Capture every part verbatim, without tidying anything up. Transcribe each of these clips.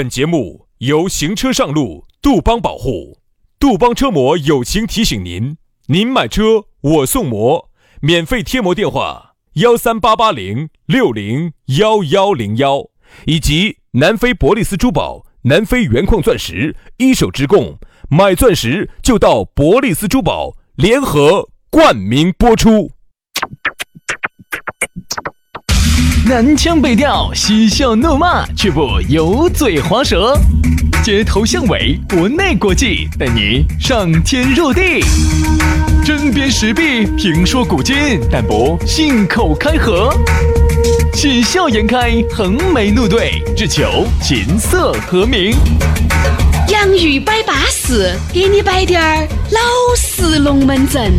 本节目由行车上路杜邦保护，杜邦车模友情提醒您：您买车我送模，免费贴膜电话幺三八八零六零幺幺零幺，以及南非伯利斯珠宝、南非原矿钻石一手直供，买钻石就到伯利斯珠宝，联合冠名播出。 南腔北调，嬉笑怒骂，却不油嘴滑舌，街头巷尾，国内国际，带你上天入地，针砭时弊，评说古今，但不信口开河，喜笑颜开，横眉怒对，只求琴瑟和鸣。 洋芋摆巴士，给你摆点儿老式龙门阵。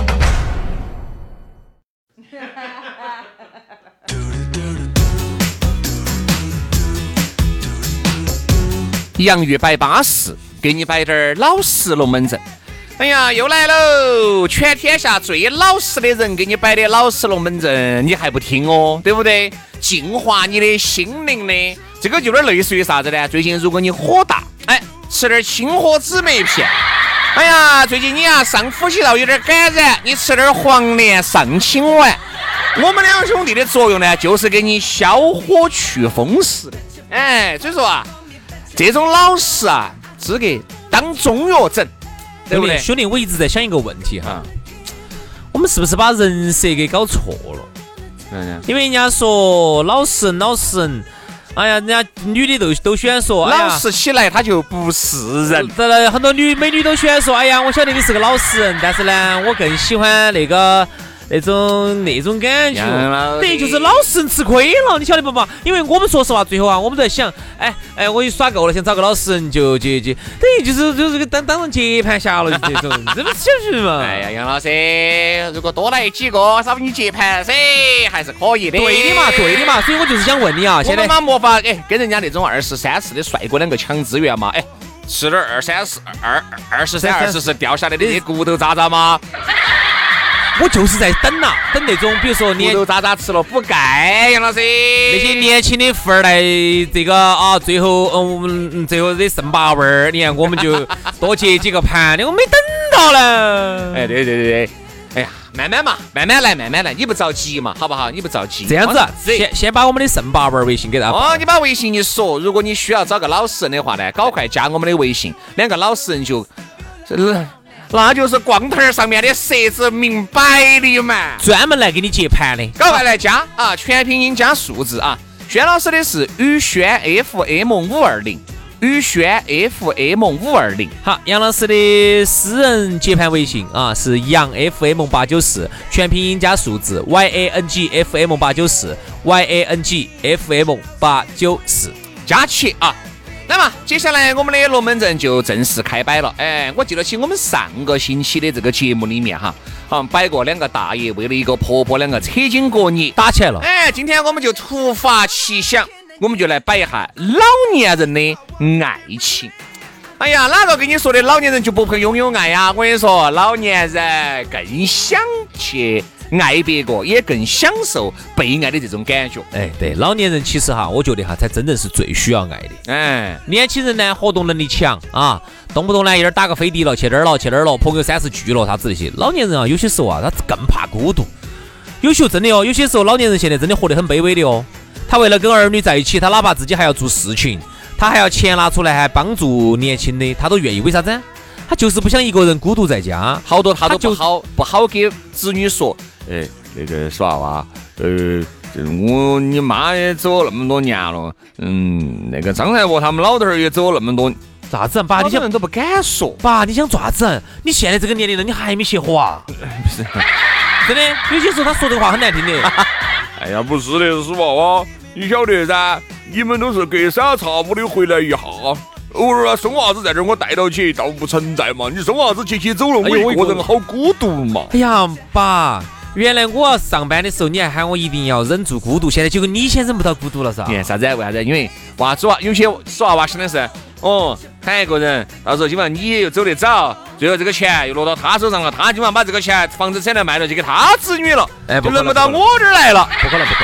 洋芋摆巴士，给你摆点老实龙门阵。哎呀，又来喽！全天下最老实的人给你摆的老实龙门阵，你还不听哦，对不对？净化你的心灵的，这个就有点类似于啥子呢？最近如果你火大，哎，吃点清火姊妹片。哎呀，最近你啊上呼吸道有点感染，你吃点黄连上清丸。我们两兄弟的作用呢，就是给你消火去风湿的。哎，所以说啊。这种老实啊，资格当中药整，对不对？ 兄弟，我一直在想一个问题哈，嗯、我们是不是把人设给搞错了？嗯，因为人家说老实人，老实人，哎呀，人家女的都都喜欢说， 老实起来他就不是人。 对了，很多女美女都喜欢说，哎呀，我晓得你是个老实人，但是呢，我更喜欢那个。那种那种感觉，等于就是老实人吃亏了，你晓得不嘛？因为我们说实话，最后啊，我们在想，哎哎，我一耍够了，想找个老实人就就就，等于就是就是当当成接盘侠了，就这种，这不就是嘛？ 哎呀，杨老师，如果多来几个，稍微你接盘噻，还是可以的。 对的嘛，对的嘛，所以我就是想问你啊，现在我们没法哎跟人家那种二十三四的帅哥两个抢资源嘛，哎，吃点二三四二二十三二十四掉下来的这些骨头渣渣吗？ 我就是在等呐、啊，等那种比如说年骨头渣渣吃了补钙，杨老师那些年轻的富二代，这个啊，最后嗯，我们最后这剩八味儿，你看我们就多接几个盘，我没等到呢。 哎，对对对对，哎呀，慢慢嘛，慢慢来，慢慢来，你不着急嘛，好不好？你不着急。 这样子，先先把我们的剩八味儿微信给大家。 哦，你把微信一说，如果你需要找个老实人的话呢，搞快加我们的微信，两个老实人就。那就是光头上面的设置明白的嘛， 专门来给你接盘的， 赶快来加啊！全拼音加数字啊！轩老师的是宇轩 F M 五二零，宇轩 F M 五二零。 好，杨老师的私人接盘微信啊是杨 F M 八九四，全拼音加数字 Y A N G F M 八九四 Y A N G F M 八九四， 加起啊！那么接下来我们的龙门阵就正式开摆了。哎，我记得起我们上个星期的这个节目里面哈，好像摆过两个大爷为了一个婆婆两个扯筋割捏打起来了。 哎，今天我们就突发奇想，我们就来摆一下老年人的爱情。哎呀，哪个跟你说的老年人就不配拥有爱呀？我跟你说，老年人更想去爱别个，也更享受被爱的这种感觉。 哎，对，老年人其实哈，我觉得哈，才真正是最需要爱的。 哎， 年轻人呢，活动能力强啊，动不动呢一点打个飞的了，去哪儿了，去哪儿了，朋友三十聚了，啥子那些。老年人啊，有些时候啊，他更怕孤独。有时候真的哦，有些时候老年人现在真的活得很卑微的哦。他为了跟儿女在一起，他哪怕自己还要做事情，他还要钱拿出来，还帮助年轻的，他都愿意。为啥子？他就是不想一个人孤独在家。 好多他都不好不好给子女说。哎，那个耍娃，呃，我你妈也走了那么多年了，嗯，那个张太婆他们老头儿也走了那么多， 咋子？爸，你想人都不敢说。 爸，你想咋子？你现在这个年龄了，你还没学活啊？ 不是， 真的，有些时候他说这话很难听的。 哎呀，不是的，是娃娃，你晓得噻，你们都是隔三差五的回来一下。偶尔啊，生娃子在这儿我带到起，倒不存在嘛。你生娃子起起走了，我一个人好孤独嘛。 哎呀，爸。原来我要上班的时候，你还喊我一定要忍住孤独，现在结果你先忍不到孤独了噻？ 你看啥子？为啥子？因为娃子啊，有些死娃娃想的是，哦，喊一个人，到时候基本上你又走得早，最后这个钱又落到他手上了，他基本上把这个钱房子车来卖了，就给他子女了，哎，就轮不到我这儿来了。 不可能，不可能。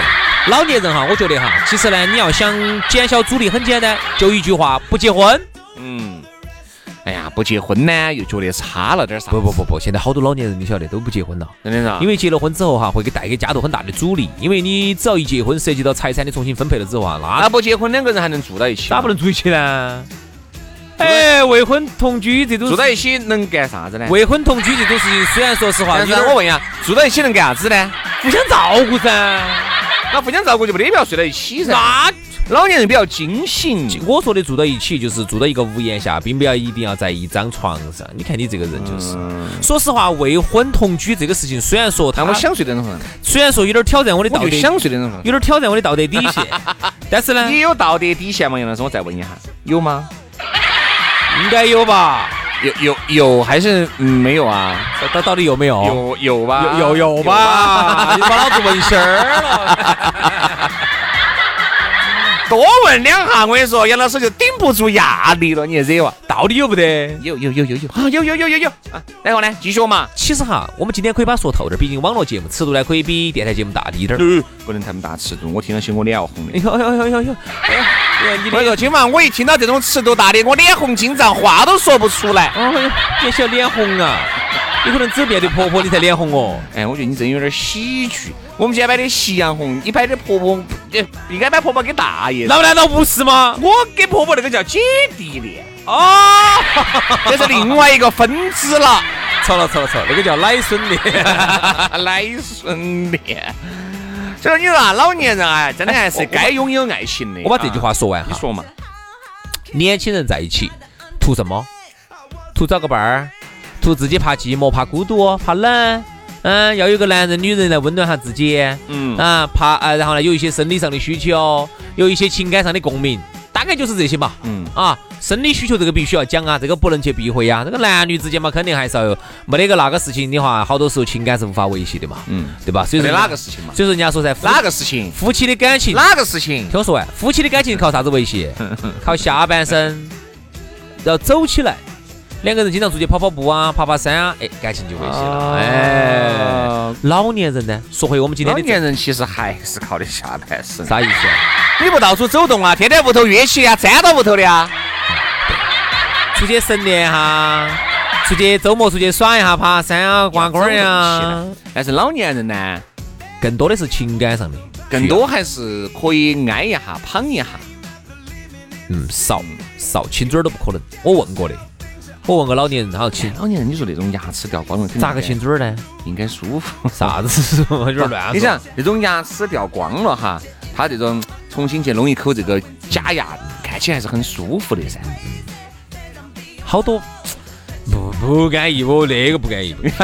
老年人哈，我觉得哈，其实呢，你要想减小阻力，很简单，就一句话，不结婚。 嗯，哎呀，不结婚呢，又觉得差了点啥。 不不不不，现在好多老年人你晓得都不结婚了， 真的是。 因为结了婚之后哈，会给带给家头很大的阻力，因为你只要一结婚，涉及到财产的重新分配了之后啊，那那不结婚两个人还能住到一起？ 咋不能住一起呢？哎，未婚同居这种住在一起能干啥子呢？ 未婚同居这种事情，虽然说实话， 但是我问一下，住在一起能干啥子呢？ 互相照顾噻。 那互相照顾就没得必要睡在一起噻。 那老年人比较精醒。 我说的住到一起，就是住到一个屋檐下，并不要一定要在一张床上。你看你这个人就是，嗯、说实话，未婚同居这个事情，虽然说他我想睡在那种， 虽然说有点挑战我的道德， 想睡在那种， 有点挑战我的道德底线，但是呢， 你有道德底线吗？杨老师，我再问一下，有吗？ 应该有吧？ 有有有还是、嗯、没有啊？ 到到底有没有？ 有有吧？ 有有有吧？你把老子问心儿了。 多问两下，我跟你说，杨老师就顶不住压力了，你惹我。 到底有不得？ 有有有有有啊，有有有有有啊！然后呢，继续嘛。 其实哈，我们今天可以把说透点，毕竟网络节目尺度呢可以比电台节目大滴点儿。 嗯，不能太大尺度，我听到起我脸要红的。 哎呦呦呦呦呦！哎呀， 你我说今晚我一听到这种尺度大的，我脸红筋胀，话都说不出来。 哦，别小脸红啊！你可能只面对婆婆你才脸红哦。 哎，我觉得你真有点喜剧。我们今天摆的夕阳红，你摆的婆婆，应该摆婆婆给大爷。 那难道不是吗？ 我给婆婆那个叫姐弟恋哦， 这是另外一个分支了。 错了错了错了，那个叫奶孙恋， 奶孙恋。所以你说啊，老年人啊，真的还是该拥有爱情的。 我把这句话说完哈， 你说嘛。 年轻人在一起图什么？图找个伴儿。图自己怕寂寞、怕孤独、怕冷，嗯，要有个男人、女人来温暖下自己，嗯啊，怕啊，然后呢，有一些生理上的需求，有一些情感上的共鸣，大概就是这些嘛，嗯啊，生理需求这个必须要讲啊，这个不能去避讳呀，这个男女之间嘛，肯定还是要有没得个那个事情的话，好多时候情感是无法维系的嘛，嗯，对吧？所以说哪个事情嘛？ 所以说人家说噻， 哪个事情？ 夫妻的感情， 哪个事情？ 听我说完，夫妻的感情靠啥子维系？靠下半身要走起来。两个人经常出去跑跑步啊，爬爬山啊，哎，感情就维系了。啊、哎，老年人呢？说回我们今天的老年人，其实还是靠的下半身。 啥意思啊？ 你不到处走动啊，天天屋头约起啊，粘到屋头的啊。 出去晨练哈，出去周末出去耍一下，爬山啊，逛公园啊。 但是老年人呢， 更多的是情感上的， 更多还是可以挨一下、捧一下。 嗯，少少亲嘴儿都不可能。我问过的。我问个老年人，好亲、 哎、老年人，你说那种牙齿掉光了， 咋个亲嘴呢？ 应该舒服。 啥子？有点乱说。 你想，那种牙齿掉光了哈，他这种重新去弄一口这个假牙，看起来还是很舒服的噻。 好多不不安逸不，那个不安逸不。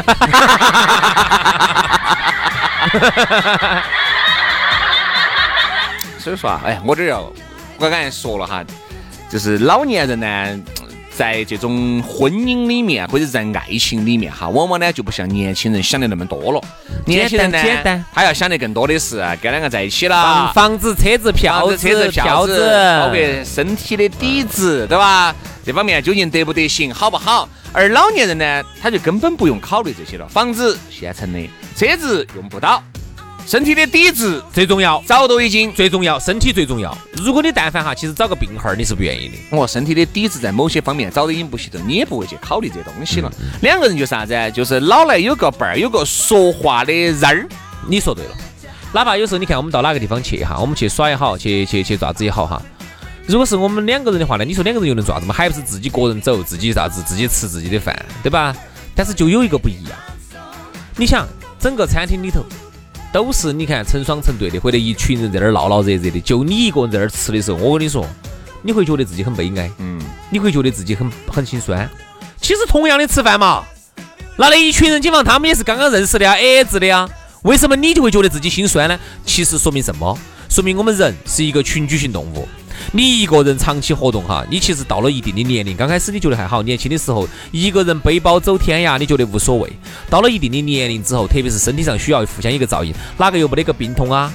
所以说啊，哎，我这要我刚才说了哈，就是老年人呢。在这种婚姻里面，或者在爱情里面哈，往往呢就不像年轻人想的那么多了。年轻人呢，简单，他要想的更多的是跟两个在一起了， 房子、车子、票子、 车子、票子，包括身体的底子，对吧？这方面究竟得不得行，好不好？而老年人呢，他就根本不用考虑这些了，房子现成的，车子用不到。身体的底子最重要， 早都已经最重要，身体最重要。如果你但凡哈，其实找个病号你是不愿意的。 我身体的底子在某些方面早都已经不行了，你也不会去考虑这东西了。嗯、两个人就啥子，就是老来有个伴儿，有个说话的人儿。 你说对了，哪怕有时候你看我们到哪个地方去哈，我们去耍也好，去去去爪子也好哈。如果是我们两个人的话呢，你说两个人又能做啥子嘛？还不是自己个人走，自己啥子，自己吃自己的饭，对吧？但是就有一个不一样，你想整个餐厅里头。都是你看成双成对的，或者一群人在那儿闹闹热热的，就你一个人在那儿吃的时候，我跟你说，你会觉得自己很悲哀，嗯，你会觉得自己很很心酸。其实同样的吃饭嘛，那那一群人，基本上他们也是刚刚认识的呀 ，A A 制的呀，为什么你就会觉得自己心酸呢？其实说明什么？说明我们人是一个群居性动物。你一个人长期活动哈，你其实到了一定的年龄，刚开始你觉得还好，年轻的时候一个人背包走天涯，你觉得无所谓。到了一定的年龄之后，特别是身体上需要互相一个照应，哪个又没得个病痛啊？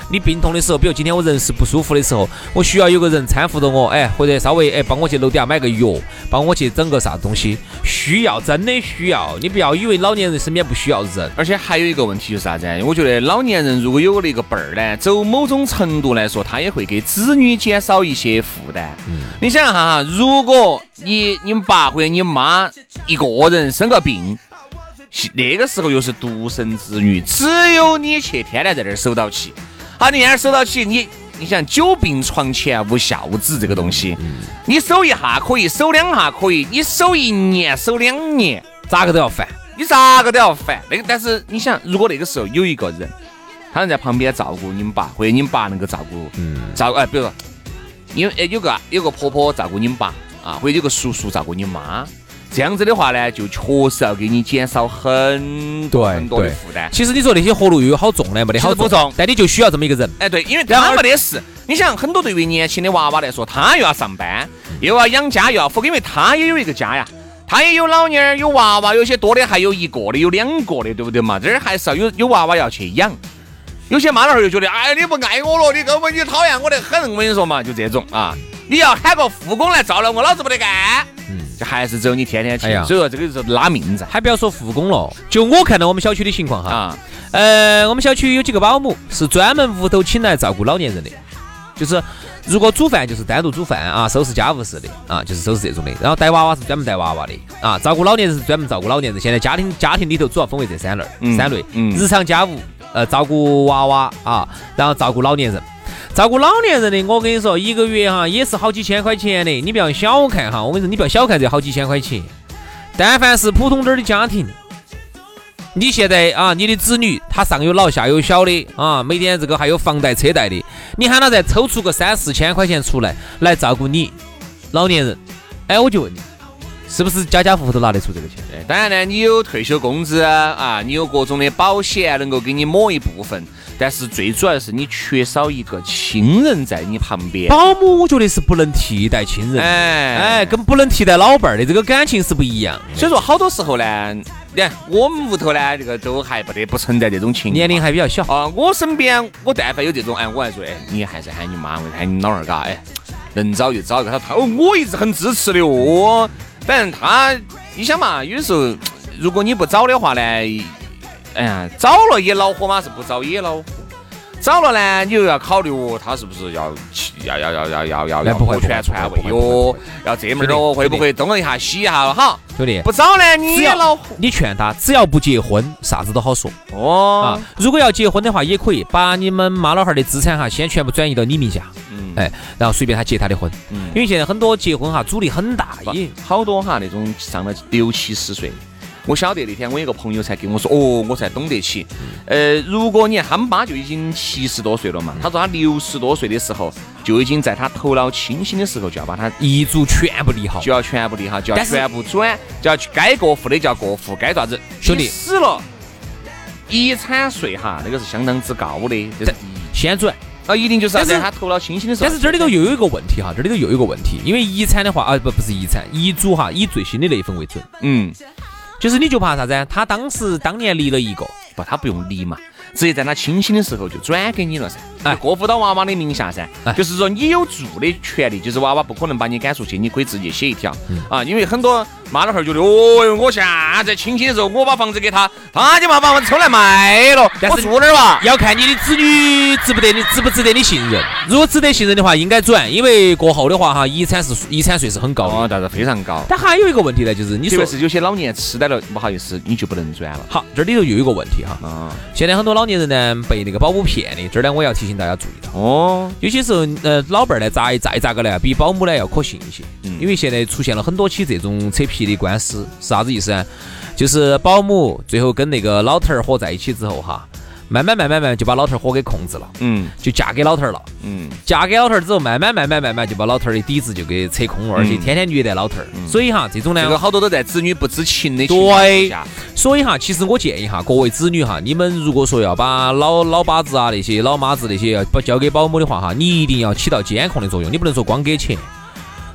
你病痛的时候，比如今天我人是不舒服的时候，我需要有个人搀扶着我，哎，或者稍微哎帮我去楼底下买个药，帮我去整个啥东西，需要，真的需要。你不要以为老年人身边不需要人。 而且还有一个问题就是啥子？我觉得老年人如果有了一个伴儿呢，走某种程度来说，他也会给子女减少一些负担。嗯，你想想哈，如果你你们爸或者你妈一个人生个病，那个时候又是独生子女，只有你去天天在这儿守到起。好，你天天守到起，你你想久病床前无孝子这个东西，嗯、你守一下可以，守两下可以，你守一年守两年， 咋个都要烦， 你咋个都要烦。那个，但是你想，如果那个时候有一个人，他能在旁边照顾你们爸，或者你们爸能够照顾，嗯，照哎，比如说，因为有个有个婆婆照顾你们爸啊，或者有个叔叔照顾你妈。这样子的话呢，就确实要给你减少很多很多的负担。 其实你说那些活路又有好重呢，没得好不重， 但你就需要这么一个人。 哎，对，因为他没得事。你想，很多对于年轻的娃娃来说，他又要上班，又要养家，又要扶，因为他也有一个家呀，他也有老妞儿，有娃娃，有些多的还有一个的，有两个的，对不对嘛？这儿还是要有有娃娃要去养。有些妈老汉儿就觉得，哎，你不爱我了，你根本你讨厌我得很，我跟你说嘛，就这种啊，你要喊个护工来照料我，老子不得干。嗯，就还是只有你天天去，哎、所以说这个就是拉命噻。 还不要说护工了，就我看到我们小区的情况哈，啊、呃，我们小区有几个保姆是专门屋头请来照顾老年人的，就是如果煮饭就是单独煮饭啊，收拾家务事的啊，就是收拾这种的。然后带娃娃是专门带娃娃的啊，照顾老年人是专门照顾老年人。现在家庭家庭里头主要分为这三类，嗯、三类，嗯、日常家务，呃，照顾娃娃啊，然后照顾老年人。照顾老年人的，我跟你说，一个月哈也是好几千块钱的，你不要小看哈，我跟你说，你不要小看这好几千块钱。但凡是普通点的家庭，你现在啊，你的子女他上有老下有小的啊，每天这个还有房贷车贷的，你喊他再抽出个三四千块钱出来来照顾你老年人，哎，我就问你，是不是家家户户都拿得出这个钱？ 当然呢，你有退休工资啊，你有各种的保险能够给你抹一部分，但是最主要的是你缺少一个亲人在你旁边。 保姆我觉得是不能替代亲人，哎哎，跟不能替代老伴儿的这个感情是不一样。 所以说好多时候呢，你看我们屋头呢，这个都还不得不存在这种情况， 年龄还比较小啊。我身边我但凡有这种，哎，我还说，哎，你还是喊你妈，喊你老二嘎，哎，能找就找一个。他他哦，我一直很支持的哦。反正他，你想嘛，有时候如果你不找的话呢，哎呀，找了也恼火嘛，是不找也恼火。找了呢，你又要考虑哦，他是不是要要要要要要要要摩拳传位哟，要这门哦，会不会动一下西一下哈？ 兄弟， 不找呢你也恼火。 你劝他，只要不结婚，啥子都好说哦。啊，如果要结婚的话，也可以把你们妈老汉儿的资产哈，先全部转移到你名下。嗯，哎，然后随便他结他的婚。嗯，因为现在很多结婚哈，阻力很大，也好多哈那种上了六七十岁。我晓得那天我有个朋友才跟我说，哦，我才懂得起。呃，如果你看他们爸就已经七十多岁了嘛，他说他六十多岁的时候就已经在他头脑清醒的时候就要把他遗嘱全部立好， 就要全部立好，就要全部转，就要该过户的叫过户，该咋子兄弟死了，遗产税哈那个是相当之高的，就是先转。 啊，一定就是要在他头脑清醒的时候。 但是这里头又有一个问题哈，这里头又有一个问题，因为遗产的话啊，不不是遗产，遗嘱哈以最新的那一份为准。嗯。就是你就怕啥子？他当时当年立了一个， 不，他不用立嘛，直接在他清醒的时候就转给你了噻，哎，过户到娃娃的名下噻。哎，就是说你有住的权利，就是娃娃不可能把你赶出去，你可以直接写一条、嗯、啊，因为很多妈老汉儿觉得，哦哟，我现在清醒的时候，我把房子给他，他就把房子抽来卖了，我住哪儿吧？ 要看你的子女值不得你值不值得你信任。如果值得信任的话，应该转，因为过后的话哈，遗产是遗产税是很高的， 哦，但是非常高。 但还有一个问题呢，就是你说是有些老年痴呆了，不好意思，你就不能转了。 好，这里头又有一个问题哈，啊、嗯，现在很多老年人呢被那个保姆骗的，这儿呢我要提醒大家注意到哦。有些时候呃老伴儿呢再再咋个呢，比保姆呢要可信一些，嗯，因为现在出现了很多起这种扯皮的官司，是啥子意思呢？就是保姆最后跟那个老头儿伙在一起之后哈。慢慢慢慢慢就把老头儿伙给控制了，嗯，就嫁给老头儿了，嗯，嫁给老头儿之后，慢慢慢慢慢慢就把老头儿的底子就给扯空了，嗯、而且天天虐待老头儿，嗯、所以哈，这种呢， 这个好多都在子女不知情的情况下。 所以哈，其实我建议哈，各位子女哈，你们如果说要把老老爸子啊那些老妈子那些要交给保姆的话哈，你一定要起到监控的作用，你不能说光给钱。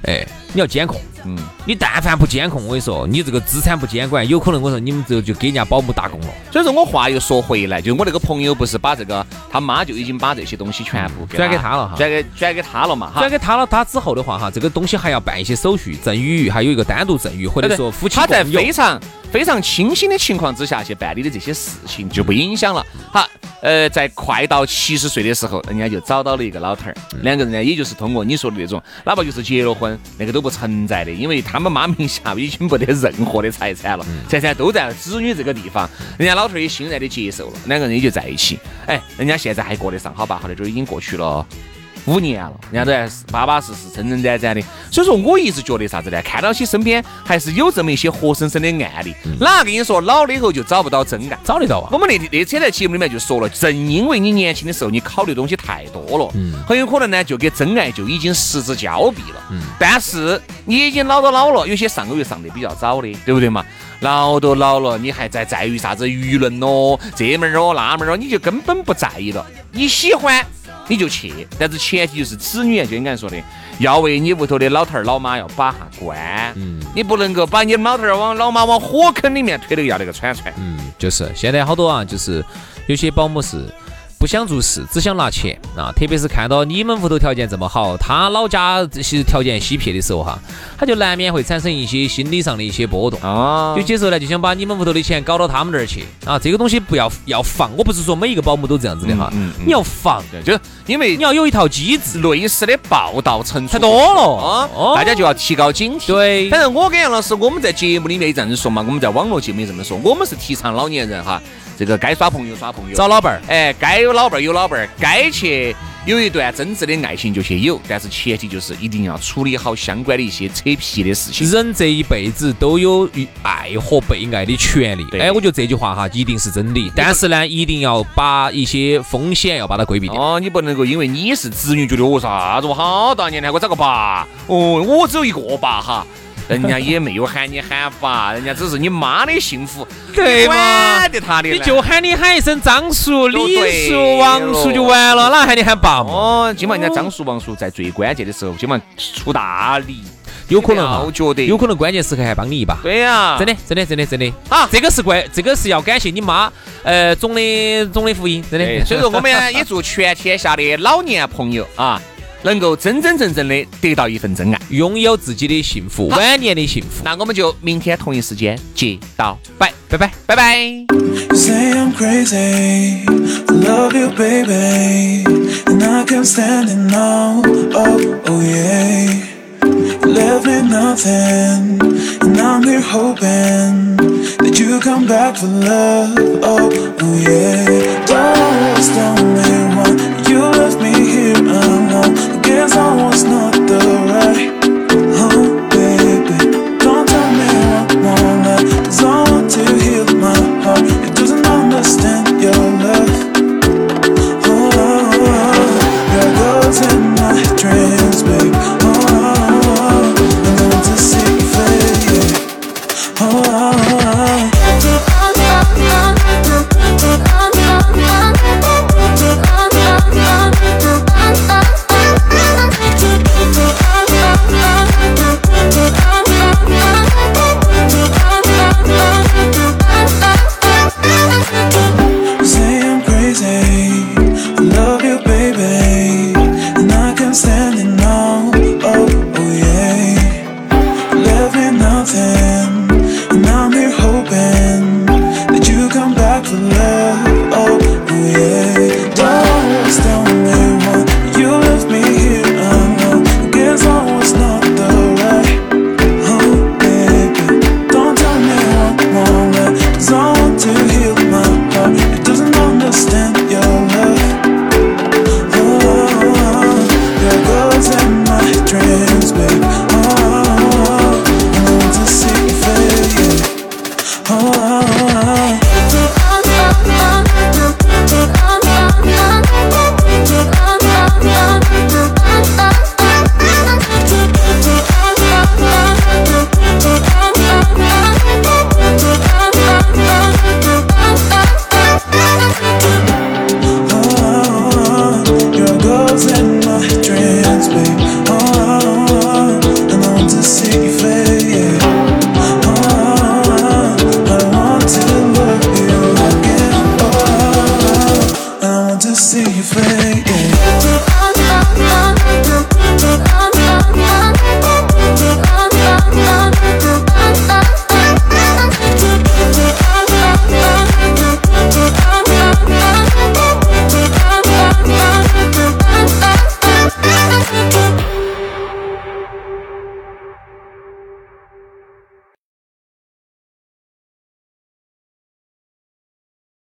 哎，你要监控。嗯，你但凡不监控，我跟你说，你这个资产不监管，有可能我说你们这就给人家保姆打工了。 所以说我话又说回来，就我那个朋友不是把这个他妈就已经把这些东西全部转给他了哈， 转给转给他了嘛哈， 转给他了，他之后的话哈，这个东西还要办一些手续，赠与还有一个单独赠与，或者说夫妻共有。 他在非常非常清醒的情况之下去办理的这些事情就不影响了。好，呃，在快到七十岁的时候，人家就找到了一个老头儿，两个人呢，也就是通过你说的那种，哪怕就是结了婚，那个都不存在的，因为他们妈名下已经没得任何的财产了，财产都在子女这个地方，人家老头儿也欣然的接受了，两个人也就在一起。哎，人家现在还过得上好吧好的，就已经过去了五年了，人家都还是巴巴适适、真真展展的。所以说，我一直觉得啥子呢？看到起身边还是有这么一些活生生的案例。嗯、哪跟你说老了以后就找不到真爱？ 找得到啊！ 我们那那天在节目里面就说了，正因为你年轻的时候你考虑的东西太多了，嗯、很有可能呢就给真爱就已经失之交臂了。嗯、但是你已经老都老了，有些上个月上的比较早的，对不对嘛？老都老了，你还在在于啥子舆论哦、这门哦、那门哦，你就根本不在意了。你喜欢你就去，但是前提就是子女，就应该说的，要为你屋头的老头儿老妈要把下关。嗯，你不能够把你老头儿往老妈往火坑里面推，那个要那个铲铲。 嗯，就是现在好多啊，就是有些保姆是不想做事，只想拿钱啊！特别是看到你们屋头条件这么好，他老家其实条件稀撇的时候哈，他就难免会产生一些心理上的一些波动啊。有些时候呢，就想把你们屋头的钱搞到他们那儿去啊。这个东西不要要防，我不是说每一个保姆都这样子的哈，嗯嗯嗯、你要防， 就因为你要有一套机制。 类似的报道层出太多了啊， 哦、大家就要提高警惕。 对， 反正我跟杨老师，我们在节目里面也这样子说嘛，我们在网络节目也这么说，我们是提倡老年人哈。这个该耍朋友耍朋友， 找老伴儿， 哎，该有老伴儿有老伴儿，该去有一段真挚的爱情就去有，但是前提就是一定要处理好相关的一些扯皮的事情。 人这一辈子都有爱和被爱的权利，哎，我觉得这句话哈一定是真理，但是呢，一定要把一些风险要把它规避掉。 哦，你不能够因为你是子女觉得我啥子我好大年了，我找个爸，哦，我只有一个爸哈。人家也没有喊你喊爸，人家只是你妈的幸福， 对嘛？ 管得他的， 你就喊你喊一声张叔、李叔、王叔就完了，哪喊你喊爸嘛？ 哦，今晚人家张叔、王叔在最关键的时候，今晚出大力， 有可能我觉得有可能关键时刻还帮你一把。 对呀、啊， 真的，真的，真的，真的啊！这个是关，这个是要感谢你妈，呃，总的总的福音，真的。 所以说，我们也祝全天下的老年朋友啊。能够真真正正的得到一份真爱， 拥有自己的幸福，晚年的幸福。 那我们就明天同一时间接到拜，拜拜，拜拜。Say I'm crazy, love you baby, and I can't stand it now. Oh, oh yeah, left me nothing, and I'm here hoping that you come back for love. Oh, oh yeah, don't stop me.